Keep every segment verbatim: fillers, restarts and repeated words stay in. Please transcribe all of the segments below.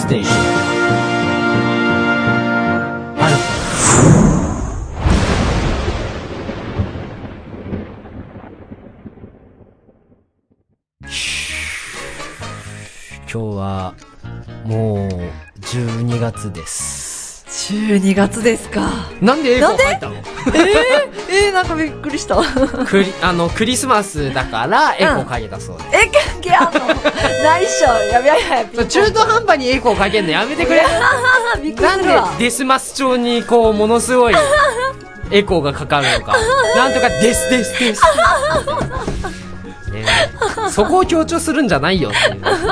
ステーションアルファ。今日はもうじゅうにがつです。 じゅうにがつですか。 なんでエコー入ったの？ えー、えー、なんかびっくりした。 クリあのクリスマスだからエコーかけたそうです。 うん、え、関係あんの？ないっしょ。やべやべやべ。 中途半端にエコーかけんのやめてくれ。 びっくりするわ。 なんでデスマス調にこうものすごいエコーがかかるのか。なんとかデスデスデス。ね、そこを強調するんじゃないよっていう。はい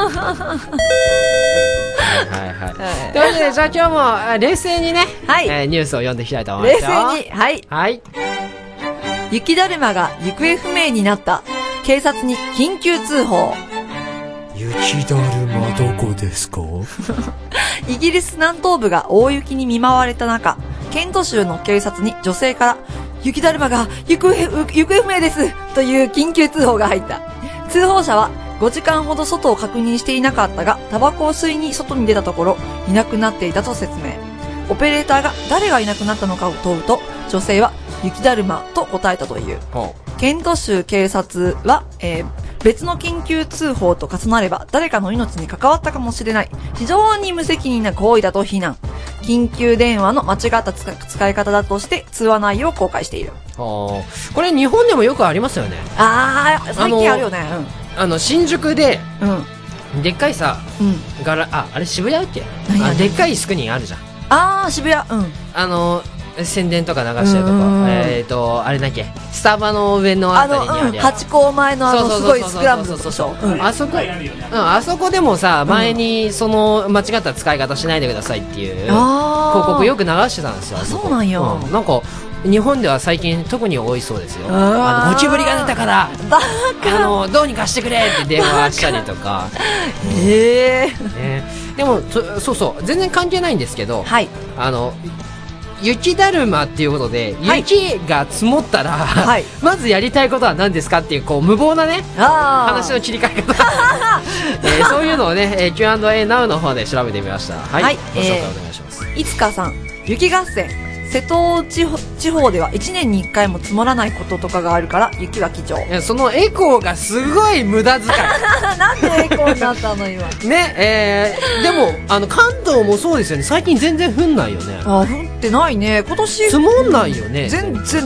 はいはい。というわけで、じゃあ今日も冷静にね、はい、えー、ニュースを読んでいきたいと思いますよ。 冷静に、はい。 はい。 雪だるまが行方不明になった。警察に緊急通報。 雪だるまどこですか？ イギリス南東部が大雪に見舞われた中、ケント州の警察に女性から、雪だるまが行方、行方不明ですという緊急通報が入った。通報者はごじかんほど外を確認していなかったが、タバコを吸いに外に出たところ、いなくなっていたと説明。オペレーターが誰がいなくなったのかを問うと、女性は雪だるまと答えたという。ケント州警察は、えー、別の緊急通報と重なれば誰かの命に関わったかもしれない非常に無責任な行為だと非難。緊急電話の間違った使い方だとして通話内容を公開している。 これ日本でもよくありますよね。 ああ、最近あるよね。 あの、うん、あの新宿で、 うん、 でっかいさ、うん、ガラああれ渋谷だっけ？あ、でっかいスクリーンあるじゃん。 ああ、渋谷。うん。 あの宣伝とか流してるとこ、えっ、ー、とあれだっけ、スタバの上のあたりにあるやつ、あの、うん、 ハチ公前のあのすごいスクランブルでしょ。 あそこ、うん、あそこでもさ、前にその間違った使い方しないでくださいっていう広告よく流してたんですよ。 そうなんや、 うん、なんか日本では最近特に多いそうですよ。あのゴキブリが出たからバカ、 あのどうにかしてくれって電話したりとか。 へえー、 ね、でもそそうそう全然関係ないんですけど、 はい、 あの雪だるまっていうことで、はい、雪が積もったら、はい、まずやりたいことは何ですかっていう、こう無謀なね話の切り替え方、えー、そういうのをね、えー、キューアンドエー ナウの方で調べてみました。はい、はい、ご紹介お願いします。 いつかさん、雪合戦、瀬戸地方、地方ではいちねんにいっかいも積もらないこととかがあるから雪は貴重。 いや、そのエコーがすごい無駄遣い。 なんでエコーになったの今。 ね、えー、でもあの関東もそうですよね。最近全然降んないよね。 あ、降ってないね今年。 積もんないよね。 全然、うん、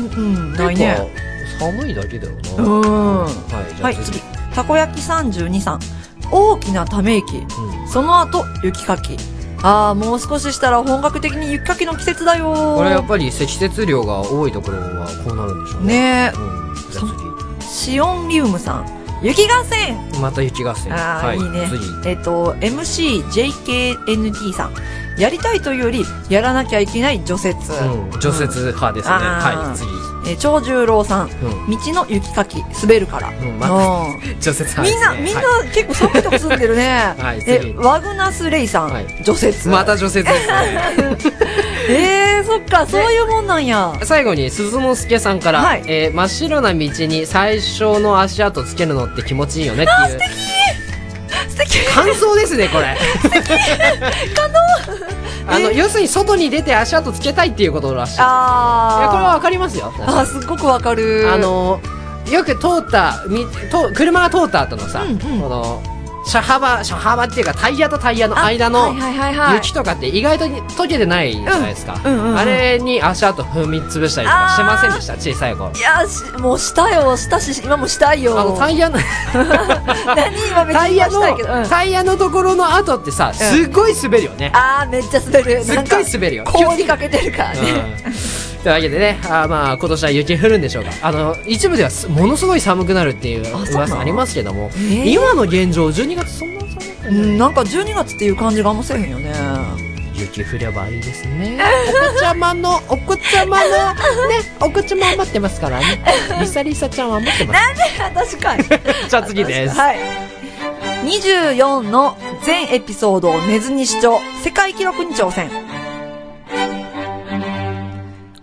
ないね。 寒いだけだよな。 うん。 はい、じゃあ次、はい、次たこ焼きさんじゅうにさん、大きなため息、うん、その後雪かき。ああ、もう少ししたら本格的に雪かきの季節だよ。 これやっぱり積雪量が多いところはこうなるんでしょうね。 ねえ、 うん、じゃあ次、シオンリウムさん、雪合戦。 また雪合戦。 ああ、はい、いいね。 次、 えっと エムシージェイケーエヌティー さん、やりたいというよりやらなきゃいけない除雪。 うん、除雪派ですね。うん、はい、次、 え長十郎さん、うん、道の雪かき滑るから、うん、ま、 除雪派ですね。 みんなみんな、はい、結構寒いとこ住んでるね。はい、えワグナスレイさん、はい、除雪。 また除雪ですね。 えー、そっか、そういうもんなんや。 最後に鈴之助さんから、はい、えー、真っ白な道に最初の足跡つけるのって気持ちいいよねっていう。 あ、素敵素敵感想ですねこれ。 素敵感動。 あの、えー、要するに外に出て足跡つけたいっていうことらしい。 ああ、 いや、これはわかりますよ。 あ、すっごくわかる。 あのよく通ったみと車が通った後のさ、うんうん、この車幅車幅っていうかタイヤとタイヤの間の雪とかって意外と溶けてないじゃないですか。あれに足跡踏み潰したりとかしてませんでした？小さい頃。 いやし、もうしたよ、したし今もしたいよ。 あのタイヤの何今別にしたいけど、 タイヤの、うん、タイヤのところの跡ってさ、すっごい滑るよね。 うん、あーめっちゃ滑る。 すっごい滑るよ。 氷かけてるからね。 うんというわけでね、あ、まあ今年は雪降るんでしょうか。あの一部ではものすごい寒くなるっていう噂ありますけども、えー、今の現状じゅうにがつそんな寒くない、うん、 なんかじゅうにがつっていう感じがあんませえへんよね。 雪降ればいいですね。お子ちゃまのお子ちゃまのね、お子ちゃまは待ってますからね。リサリサちゃんは待ってます。 なんで私かい。 じゃあ次です。 はい。にじゅうよんの全エピソードを寝ずに視聴、世界記録に挑戦。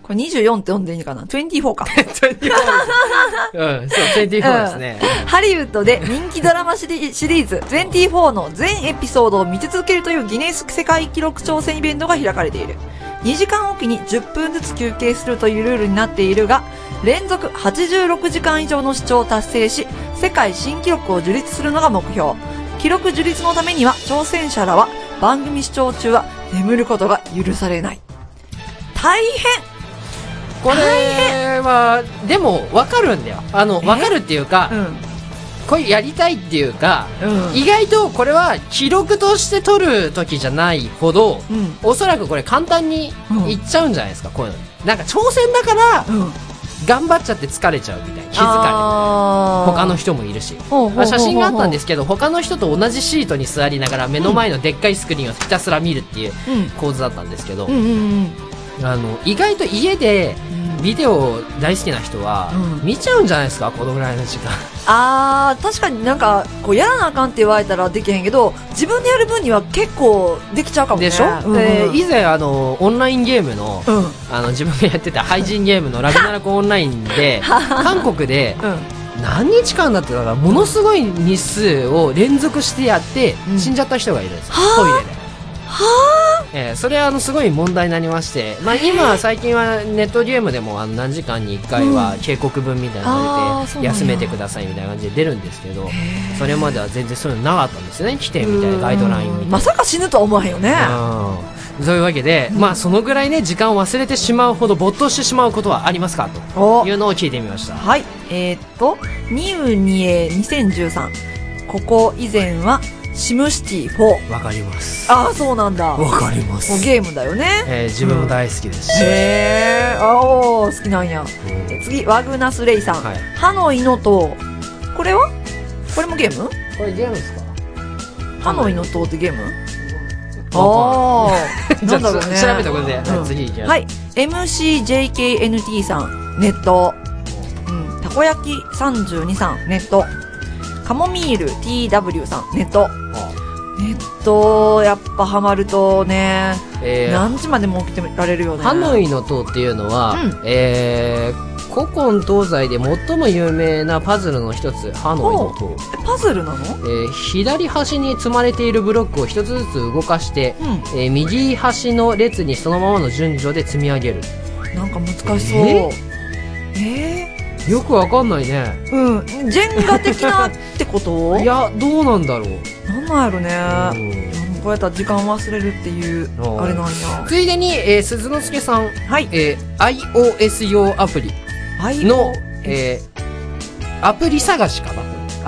これにじゅうよんって読んでいいのかな ?にじゅうよん か。 にじゅうよんです。うん、そう、にじゅうよんですね、 うん。ハリウッドで人気ドラマシリシリーズにじゅうよんの全エピソードを見続けるというギネス世界記録挑戦イベントが開かれている。にじかんおきにじゅっぷんずつ休憩するというルールになっているが、連続はちじゅうろくじかん以上の視聴を達成し、世界新記録を樹立するのが目標。記録樹立のためには、挑戦者らは番組視聴中は眠ることが許されない。大変これは、でも、わかるんだよ。あの、わかるっていうか、うん、これやりたいっていうか、うん、意外とこれは記録として取る時じゃないほど、うん、おそらくこれ簡単にいっちゃうんじゃないですか、こういうの。なんか挑戦だから、うん、頑張っちゃって疲れちゃうみたいな。気づかれる。他の人もいるし。まあ、写真があったんですけど、他の人と同じシートに座りながら目の前のでっかいスクリーンをひたすら見るっていう構図だったんですけど、うんうんうんうん、あの、意外と家で、ビデオ大好きな人は見ちゃうんじゃないですか、うん、このぐらいの時間。 あー、確かになんかこうやらなあかんって言われたらできへんけど、自分でやる分には結構できちゃうかもね。 でしょ、うんうん、えー、以前あのオンラインゲームの、うん、あの自分がやってた廃人ゲームのラグナラクオンラインで韓国で、うん、何日間だってだからものすごい日数を連続してやって死んじゃった人がいるんですよ、うん、トイレで。はあ、えー、それはあのすごい問題になりまして、まあ、今最近はネットゲームでもあの何時間にいっかいは警告文みたいなのが出て休めてくださいみたいな感じで出るんですけど、それまでは全然そういうのなかったんですよね。規定みたいなガイドラインみたいな。 まさか死ぬとは思わへんよね。 うん、そういうわけで、まあそのぐらいね時間を忘れてしまうほど没頭してしまうことはありますかというのを聞いてみました。 はい、えー、っとニウニエにせんじゅうさん、ここ以前はシムシティフォー。 わかります。 ああ、そうなんだ。 わかります。 もうゲームだよね。 えー、自分も大好きですし。 うん、へー、あおー、好きなんや。うん、次、ワグナスレイさん。はい、ハノイの塔。これはこれもゲーム？ これゲームですか？ ハノイの塔ってゲーム？ああ、なんだろうね。 調べてくれて、うん、次行きます。 はい。エムシージェイケーエヌティー さん、ネット。うん。たこ焼きさんじゅうにさん、ネット。カモミール ティーダブリュー さん、ネット。ネット、やっぱハマるとね、えー、何時までも起きてられるよね。 ハノイの塔っていうのは、うん、えー、古今東西で最も有名なパズルの一つ、ハノイの塔。 パズルなの？えー、左端に積まれているブロックを一つずつ動かして、うん、えー、右端の列にそのままの順序で積み上げる。 なんか難しそう。えー、 えーよくわかんないね。 うん。ジェンガ的なってこといや、どうなんだろう。 なんなんやろね。うん、こうやったら時間忘れるっていう、あれなんや。 ついでに、えー、鈴之助さん。はい。えー、iOS 用アプリの、えー、アプリ探しかな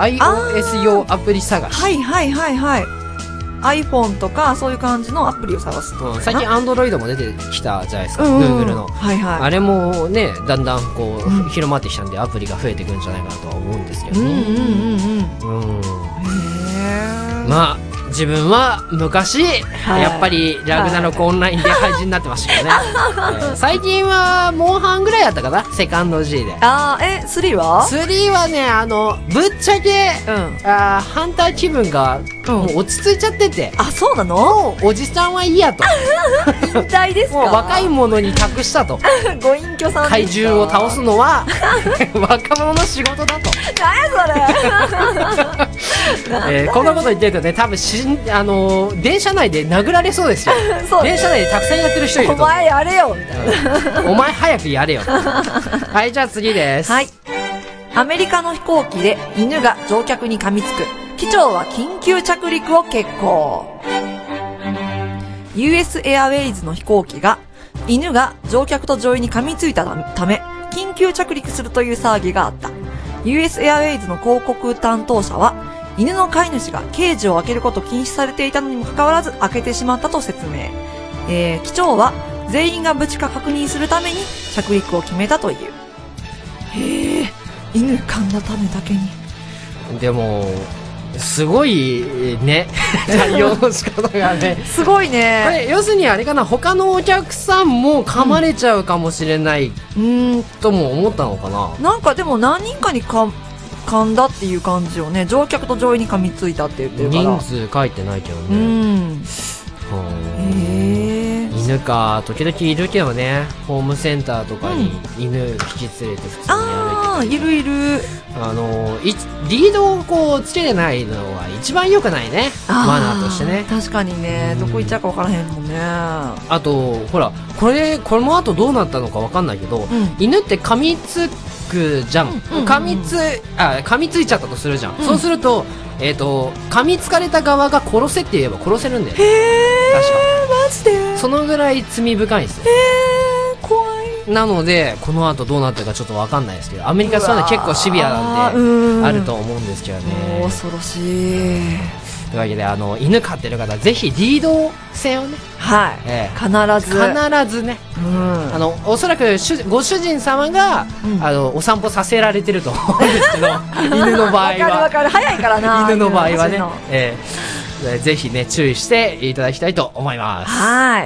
?iOS 用アプリ探し。 はいはいはいはい。iPhone とかそういう感じのアプリを探す、 うん、最近 Android も出てきたじゃないですか、うんうん、Google の、はいはい、あれもねだんだんこう、うん、広まってきたんでアプリが増えてくるんじゃないかなとは思うんですけどね。うんうんうんうん、うん、へー、まあ自分は昔、はい、やっぱりラグナロクオンラインで廃人になってましたけどね、はいえー、最近はモンハンぐらいやったかな、セカンド G で。 あー、え、スリーはスリーはね、あのぶっちゃけ、うん、あハンター気分がもう落ち着いちゃってて、 うん、あ、そうなの？ おじさんはいいやと引退ですか？ もう若い者に託したとご隠居さんですか？ 怪獣を倒すのは若者の仕事だと何やそれえー、こんなこと言ってるとね、多分しん、あのー、電車内で殴られそうですよそう、ね、電車内でたくさんやってる人いると。 お前やれよみたいな、 うん、お前早くやれよはい、じゃあ次です。 はい。アメリカの飛行機で犬が乗客に噛みつく。機長は緊急着陸を決行。 ユーエス エアウェイズの飛行機が犬が乗客と乗員に噛みついたため緊急着陸するという騒ぎがあった。 ユーエス エアウェイズの広告担当者は、犬の飼い主がケージを開けることを禁止されていたのにもかかわらず開けてしまったと説明。えー、機長は全員が無事か確認するために着陸を決めたという。へえ、犬噛んだためだけに。 でもすごいね対応の仕方がねすごいね。 これ要するにあれかな、他のお客さんも噛まれちゃうかもしれない、うん、うんとも思ったのかな。 なんかでも何人かにか噛んだっていう感じよね。乗客と乗員に噛みついたって言ってるから。 人数書いてないけどね。うん。 へえ。 犬か、時々いるけどね、ホームセンターとかに犬引き連れて普通に歩いて、 ああ、いるいる。 あのいリードをこうつけてないのは一番良くないね、マナーとしてね。 確かにね、どこ行っちゃうか分からへんもんね。 あとほら、これこの後どうなったのか分かんないけど、うん、犬って噛みつくじゃん、うんうんうん、噛みつあ噛みついちゃったとするじゃん、うん、そうすると、えーと、噛みつかれた側が殺せって言えば殺せるんだよね。 へー、 確かマジでそのぐらい罪深いんですよ。 へー、怖い。なのでこの後どうなってるかちょっと分かんないですけど、アメリカそういうの結構シビアなんであると思うんですけどね。 恐ろしい。 というわけで、あの犬飼ってる方ぜひリード線をね、 はい、ええ、必ず必ずね、うん、あのおそらくご主人様が、うん、あのお散歩させられてると思うんですけど犬の場合は分かる分かる、早いからな犬の場合はね、ええ、ぜひね注意していただきたいと思います。 はい。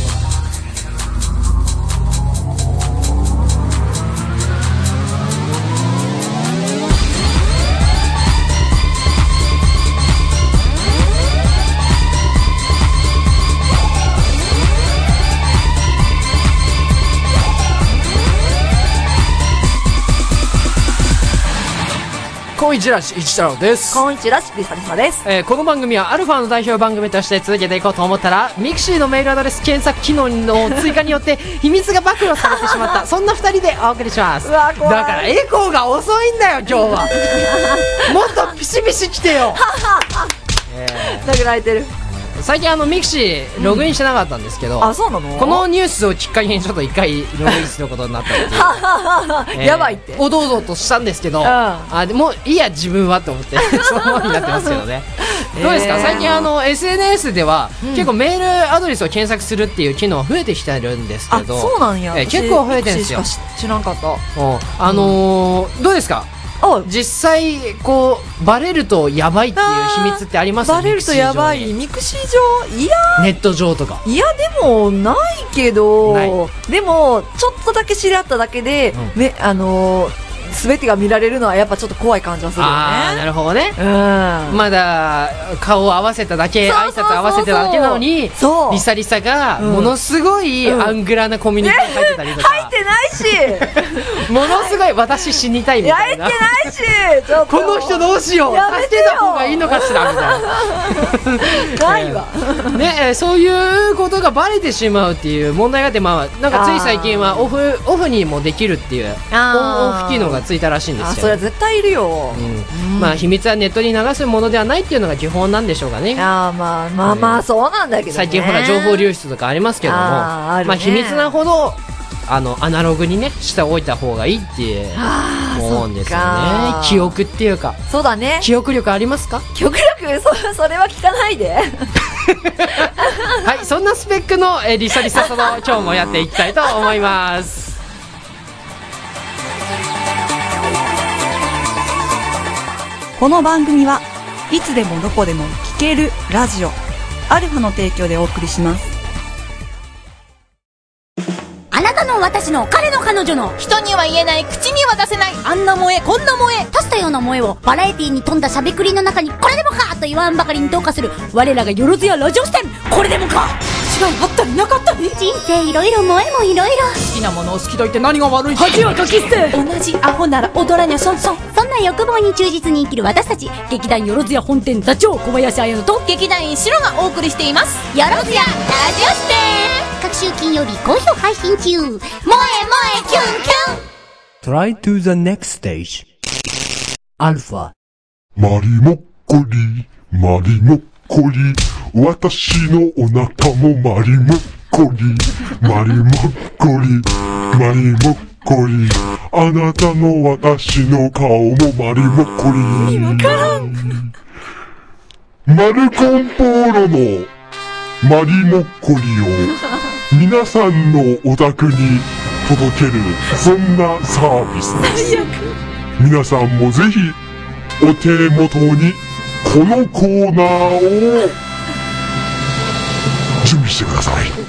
こんにちは、一太郎です。 こんにちは、リサリサです。 えー、この番組はアルファの代表番組として続けていこうと思ったら、ミクシーのメールアドレス検索機能の追加によって秘密が暴露されてしまったそんなふたりでお送りします。 うわ、怖い。 だからエコーが遅いんだよ今日はもっとピシピシ来てよえー、殴られてる。 最近あのミクシーログインしてなかったんですけど、うん、 あ、そうなの？ このニュースをきっかけにちょっと一回ログインすることになったっていう、 えー、やばいっておどおどとしたんですけど、うん、あでもいいや自分はと思ってそのままになってますけどねどうですか、えー、最近あの エスエヌエス では、うん、結構メールアドレスを検索するっていう機能増えてきてるんですけど、 あ、そうなんや、 えー、結構増えてるんですよ。 知らんかった。 あのーうん、どうですか、実際こうバレるとやばいっていう秘密ってあります？ バレるとやばいミクシー上、いやネット上とか、 いやでもないけど、でもちょっとだけ知り合っただけで、うん、ね、あのー全てが見られるのはやっぱちょっと怖い感じはするよね。 あー、なるほどね、 うん、 まだ顔を合わせただけ、挨拶合わせただけなのにリサリサがものすごいアングラなコミュニティに入ってたりとか、 入ってないしものすごい私死にたいみたいな、 入ってないしちょっとこの人どうしよう、助けた方がいいのかしらみたいなないわね、そういうことがバレてしまうっていう問題があって、まあ、なんかつい最近はオフ、オフにもできるっていうオンオフ機能がついたらしいんですよ。 あ、それは絶対いるよ、 うんうん、まあ秘密はネットに流すものではないっていうのが基本なんでしょうかね。 あ、まあまあまあ、そうなんだけどね、 最近ほら情報流出とかありますけども、ああるね、まあ秘密なほどあのアナログにねしておいた方がいいって思うんですよね。記憶っていうか、 そうだね、 記憶力ありますか？ 記憶力、そ, それは聞かないではい、そんなスペックの、えー、リサリサその今日もやっていきたいと思いますこの番組はいつでもどこでも聞けるラジオアルファの提供でお送りします。 あなたの、私の、彼の、彼女の、人には言えない、口には出せない、あんな萌え、こんな萌え、足したような萌えをバラエティに富んだしゃべくりの中にこれでもかと言わんばかりに同化する我らがよろずやラジオ視点、これでもか、違いあったりなかったり、人生いろいろ萌えもいろいろ、 好きなものを好きと言って何が悪い、 恥はかき捨て、同じアホなら踊らにゃそんそん、そんな欲望に忠実に生きる私たち劇団よろずや本店座長小林彩乃と劇団員シロがお送りしています、よろずやラジオ視点。各週金曜日好評配信中。萌え萌えキュンキュン。 Try to the next stage アルファ。 マリモッコリマリモッコリ、私のお腹もマリモッコリマリモッコリマリモッコリ、あなたの私の顔もマリモッコリ。 今からんマルコンポーロのマリモッコリを皆さんのお宅に届ける、そんなサービスです。皆さんもぜひお手元にこのコーナーを準備してください。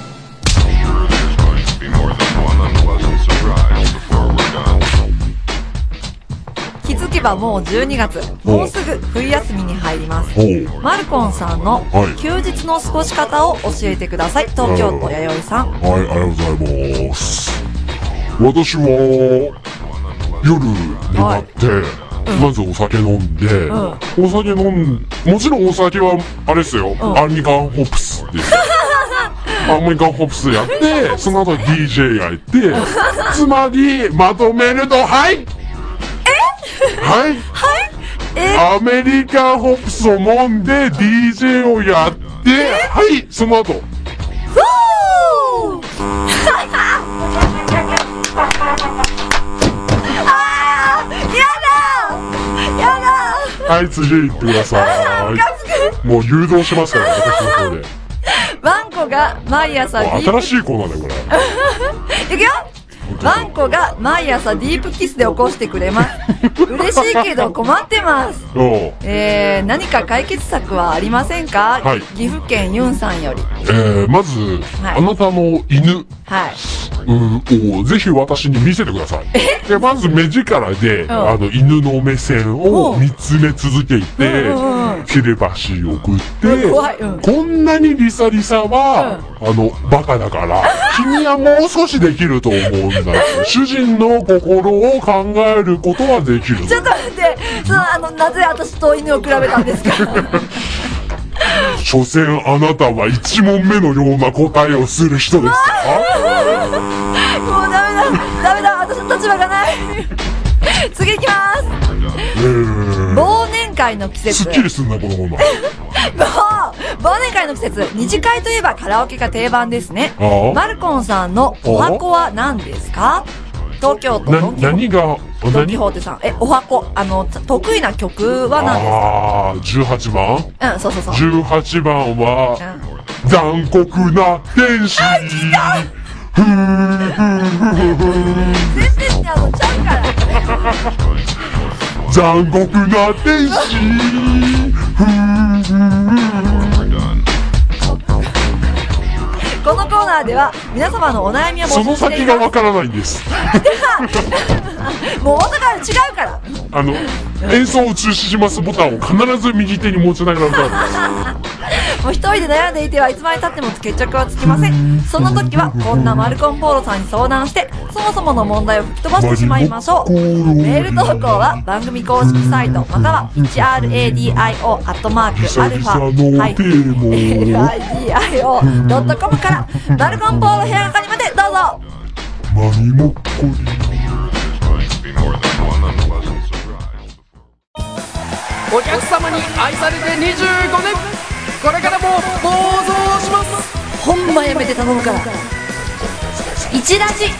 気づづけばもうじゅうにがつ、もうすぐ冬休みに入ります。マルコンさんの休日の過ごし方を教えてください。東京都弥生さん。 はい、ありがとうございます。私は夜になって、はい、まずお酒飲んで、うん、お酒飲んもちろんお酒はあれですよ、うん、アンミカンホップスですアンミカンホップスやってその後 ディージェー やってつまりまとめるとはいえはいはいえアメリカンホップスを飲んで ディージェー をやってはいその後ふーあーやだやだはい次行ってくださいもう誘導しますから私の方でワンコが毎朝ディープ新しいコーナーだよこれいくよワンコが毎朝ディープキスで起こしてくれます嬉しいけど困ってますえー、何か解決策はありませんか、はい、岐阜県ユンさんよりえー、まず、はい、あなたの犬はいをぜひ私に見せてくださいでまず目力で、うん、あの犬の目線を見つめ続けて、うんうん、テレパシーを送って、うん、こんなにリサリサは、うん、あのバカだから君はもう少しできると思うんだ主人の心を考えることはできるちょっと待ってそのあのなぜ私と犬を比べたんですか所詮あなたは一問目のような答えをする人ですかもうダメだダメだ私の立場がない次行きます、えー、忘年会の季節すっきりすんなこのままもう忘年会の季節二次会といえばカラオケが定番ですねマルコンさんのお箱は何ですか東京都ドンキホ何がドンキホーテさんえお箱あの得意な曲は何ですかああじゅうはちばんうんそうそうそうじゅうはちばんは、うん、残酷な天使あ聞いたふー全然あのちゃうから残酷な天使ふーこのコーナーでは皆様のお悩みを募集しています。 その先がわからないんですもう音が違うからあの演奏を中止しますボタンを必ず右手に持ちながら歌うんですもう一人で悩んでいてはいつまで経っても決着はつきませんその時はこんなマルコンポーロさんに相談してそもそもの問題を吹き飛ばしてしまいましょうメール投稿は番組公式サイトまたは エイチアールエーディーアイオー アットマークアルファはい エルアイディーアイオー ドットコム からマルコンポーロ部屋係までどうぞマリモッコリお客様に愛されてにじゅうごねんこれからも暴走しますほんまやめて頼むから一ラジ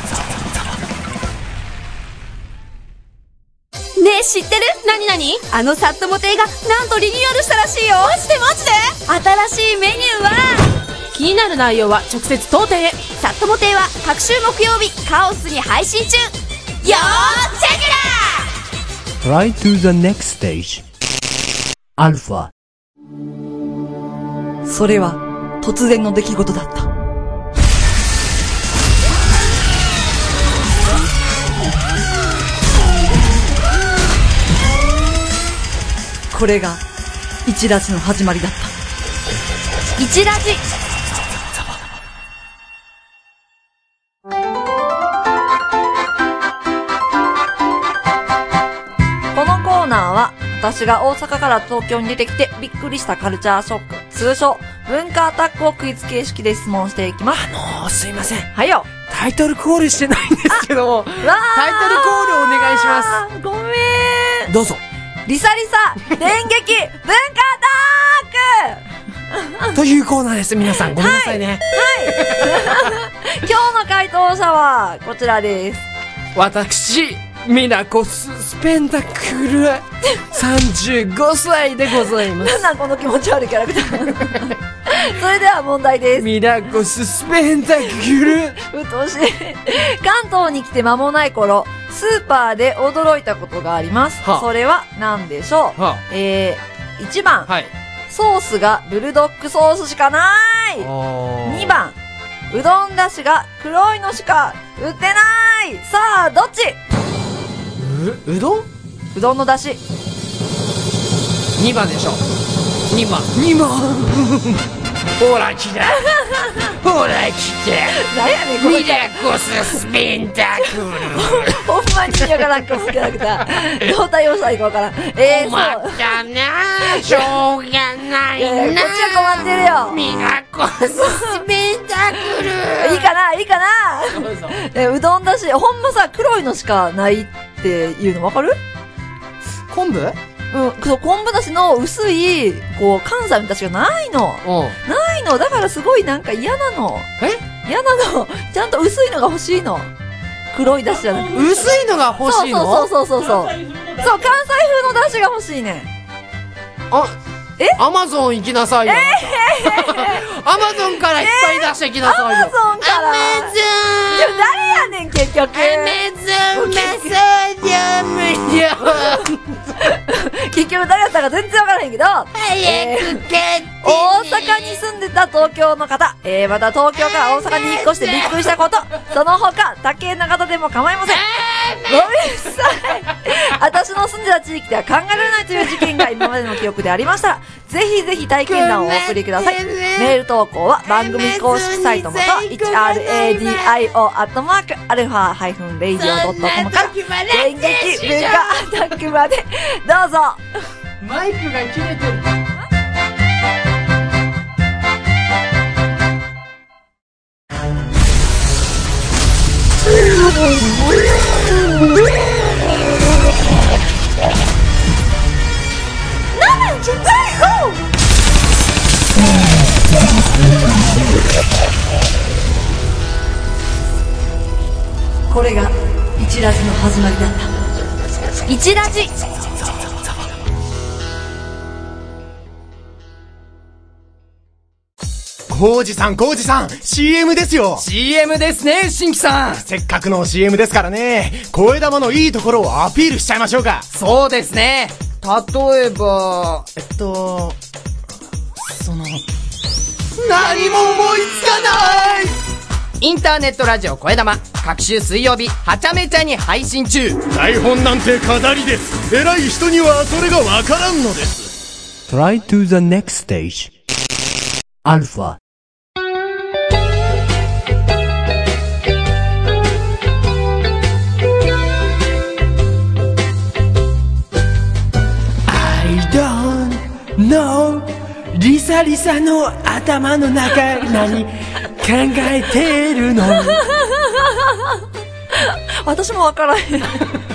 ねえ知ってる何何あのサットモ亭がなんとリニューアルしたらしいよマジでマジで新しいメニューは気になる内容は直接当店へサットモ亭は各週木曜日カオスに配信中よーチェックだ Try to the next stage アルファそれは突然の出来事だったこれが一ラジの始まりだった一ラジこのコーナーは私が大阪から東京に出てきてびっくりしたカルチャーショック通称文化アタックをクイズ形式で質問していきます。 あのー、すいませんはいよタイトルコールしてないんですけどもタイトルコールお願いしますごめんどうぞリサリサ電撃文化アタックというコーナーです皆さんごめんなさいねはい、はい、 今日の回答者はこちらです私ミナコススペンダクルさんじゅうごさいでございますなんなんこの気持ち悪いキャラクターそれでは問題ですミナコススペンダクルうっとうしい関東に来て間もない頃スーパーで驚いたことがあります、はあ、それは何でしょう、はあ、えー、いちばん、はい、ソースがブルドッグソースしかないにばんうどんだしが黒いのしか売ってないさあどっちう、うどんうどんの出汁。 にばんでしょ。にばん。にばん。ほら来た。ほら来た。 なんやねんこれ。 ミラコススペンタクル。 ほんまに意味わからんかもしれなくて。どう対応したらいいかわからん。えー、そう。 困ったな、しょうがないな。 いやいやこっちは困ってるよ。 ミラコススペンタクル。 いいかないいかなえ、うどんだし、ほんまさ、黒いのしかないっていうのわかる？ 昆布？ うん、そう、昆布だしの薄い、こう、関西のだしがないの。ないの。だからすごいなんか嫌なの。 え？ 嫌なの。ちゃんと薄いのが欲しいの。黒いだしじゃなくて。 薄いのが欲しいの？ そうそうそうそうそう。そう、関西風のだしが欲しいねん。 あ、 え？ アマゾン行きなさいよ。アマゾンからいっぱい出してきなさいよ。 アマゾンから。 アマゾン。 でも誰やねん、結局。 アマゾンメッセージ無料。 結局誰やったか全然わからへんけど。 早く帰って、 えー、大阪に住んでた東京の方、えー、また東京から大阪に引っ越してびっくりしたこと、その他、他県の方でも構いません。ごめんなさい。私の住んでた地域では考えられないという事件が今までの記憶でありましたら、ぜひぜひ体験談をお送りください。メール投稿は番組公式サイトまたは エイチアールエーディーアイオー アットマークアルファハイフンレイジオドットコムから電撃文化アタックまでどうぞ。 マイクが切れてる。 これが一ラジの始まりだった。一ラジ。 コウジさん、コウジさん、シーエム ですよ。 シーエム ですね、新規さん。 せっかくの シーエム ですからね、声玉のいいところをアピールしちゃいましょうか。 そうですね。例えば、 えっと、その、何も思いつかない。 インターネットラジオ声玉、各週水曜日、はちゃめちゃに配信中。 台本なんて飾りです。偉い人にはそれがわからんのです。 Try to the next stage. Alpha. No! リサリサの頭の中何考えてるの？ 私もわからへん。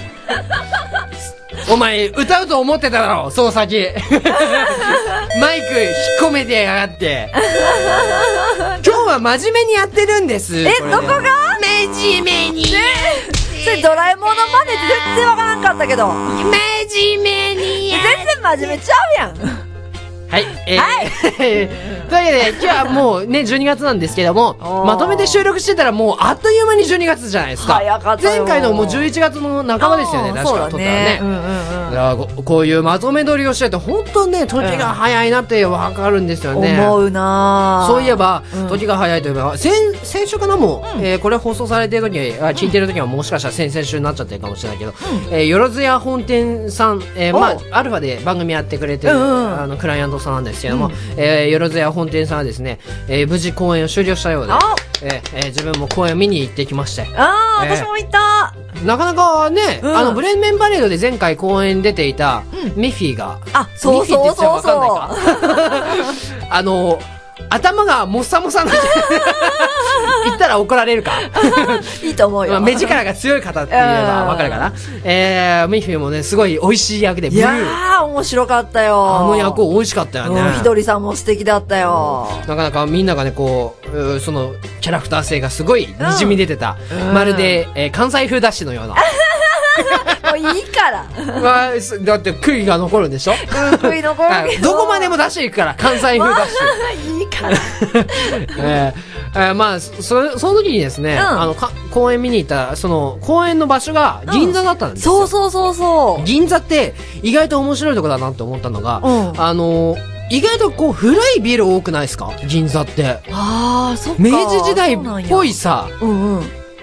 お前歌うと思ってただろ、その先。マイク引っ込めてやがって。今日は真面目にやってるんです。 え、どこが？ 真面目に。 それドラえもんの真似全然わからんかったけど。 真面目に。 全然真面目ちゃうやん。 はい、えー、はい、というわけで今日はもうねじゅうにがつなんですけども、まとめて収録してたらもうあっという間にじゅうにがつじゃないですか。 早かったよ。 前回のもうじゅういちがつの半ばですよね、確か撮ったらね。うんうんうん、だからこういうまとめ撮りをしてて本当ね時が早いなってわかるんですよね。 思うな。 そういえば、うん、時が早いといえば先先週かなもう、うん、えー、これ放送されてる時に聞いてる時はもしかしたら先々週になっちゃってるかもしれないけど、うん、えー、よろずや本店さん、えー、まあアルファで番組やってくれてる、うんうん、あのクライアントさんなんですけども、うん、えー、よろずや本店さんはですね、えー、無事公演を終了したようで、えーえー、自分も公演を見に行ってきまして、 あー、えー、私も行った。 なかなかね、うん、あのブレンメンパレードで前回公演出ていた、うん、ミッフィーが、 あ、そうそうそうそう、 あの頭がもっさもさなんで言ったら怒られるかいいと思うよ、 まあ、目力が強い方って言えば分かるかな。えー、ミッフィーもねすごい美味しい役で、 いやー面白かったよ。 あの役美味しかったよね。 ひとりさんも素敵だったよ。 なかなかみんながねこうそのキャラクター性がすごいにじみ出てた、うん、まるで、えー、関西風ダッシュのようなもういいから、 まあ、だって悔いが残るんでしょ。 悔い残るけどどこまでも出していくから関西風ダッシュ、まあ、いいからえーえー、まあそその時にですね、うん、あのか公園見に行ったその公園の場所が銀座だったんですよ、 うん、そうそうそうそう。 銀座って意外と面白いとこだなって思ったのが、うん、あの意外とこう古いビル多くないですか銀座って。 あーそっか。 明治時代っぽいさ、 うんうん、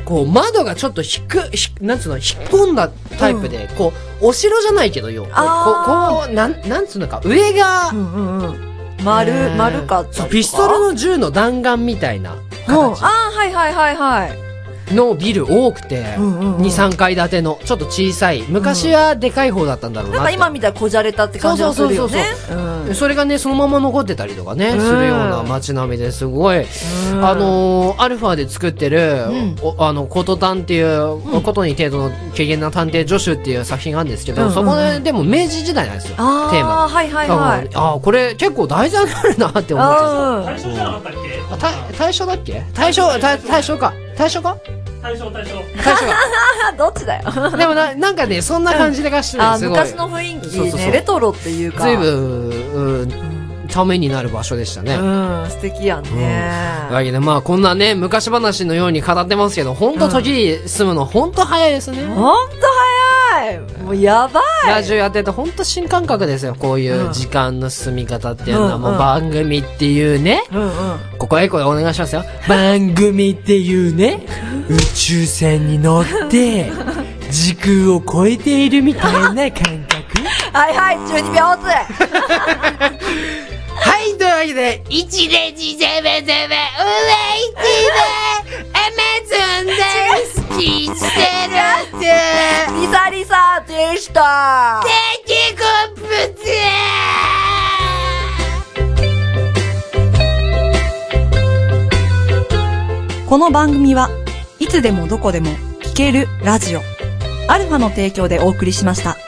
こう、窓がちょっとひく、ひ、なんつうの、引っ込んだタイプで、うん、こう、お城じゃないけどよ。こう、こう、なん、なんつうのか、上が、うんうんうん、 丸、えー、丸かった。 ピストルの銃の弾丸みたいな形。 ああ、はいはいはいはい。 のビル多くて、うんうんうん、に、さんかい建ての、ちょっと小さい。昔はでかい方だったんだろうな。 なんか今みたいにこじゃれたって感じがするよね。そうそうそうそう、うん。それがね、そのまま残ってたりとかね、うん、するような街並みですごい、うん、あのー、アルファで作ってる、うん、あの、コトタンっていう、うん、ことに程度の軽減な探偵助手っていう作品があるんですけど、うんうんうん、そこで、でも明治時代なんですよ、テーマ。 あはいはいはい。 ああ、これ結構題材になるなって思っちゃう。大正じゃなかったっけ？ 大正だっけ？大正、大正か。大正か？ 大正大正大正どっちだよでもな、なんかね、そんな感じでがしてる、 うん、すごい昔の雰囲気ね、そうそうそう、レトロっていうか随分、うん、ためになる場所でしたね。 うん、素敵やんね。 うん、だけどまあこんなね、昔話のように語ってますけど、ほんと時に住むのほんと早いですね。 ほんと早い。もうやばい。 ラジオやっててほんと新感覚ですよ。こういう時間の進み方っていうのは、うん、もう番組っていうね。うんうん、ここエコでお願いしますよ。番組っていうね、宇宙船に乗って、時空を超えているみたいな感覚。 はいはい、じゅうにびょうずつ。 はい、というわけで、一レジゼベゼベ、上一ベ、アマゾン大好きしてるって、 リサリサでした。 テキコップでこの番組はいつでもどこでも聴けるラジオ。アルファの提供でお送りしました。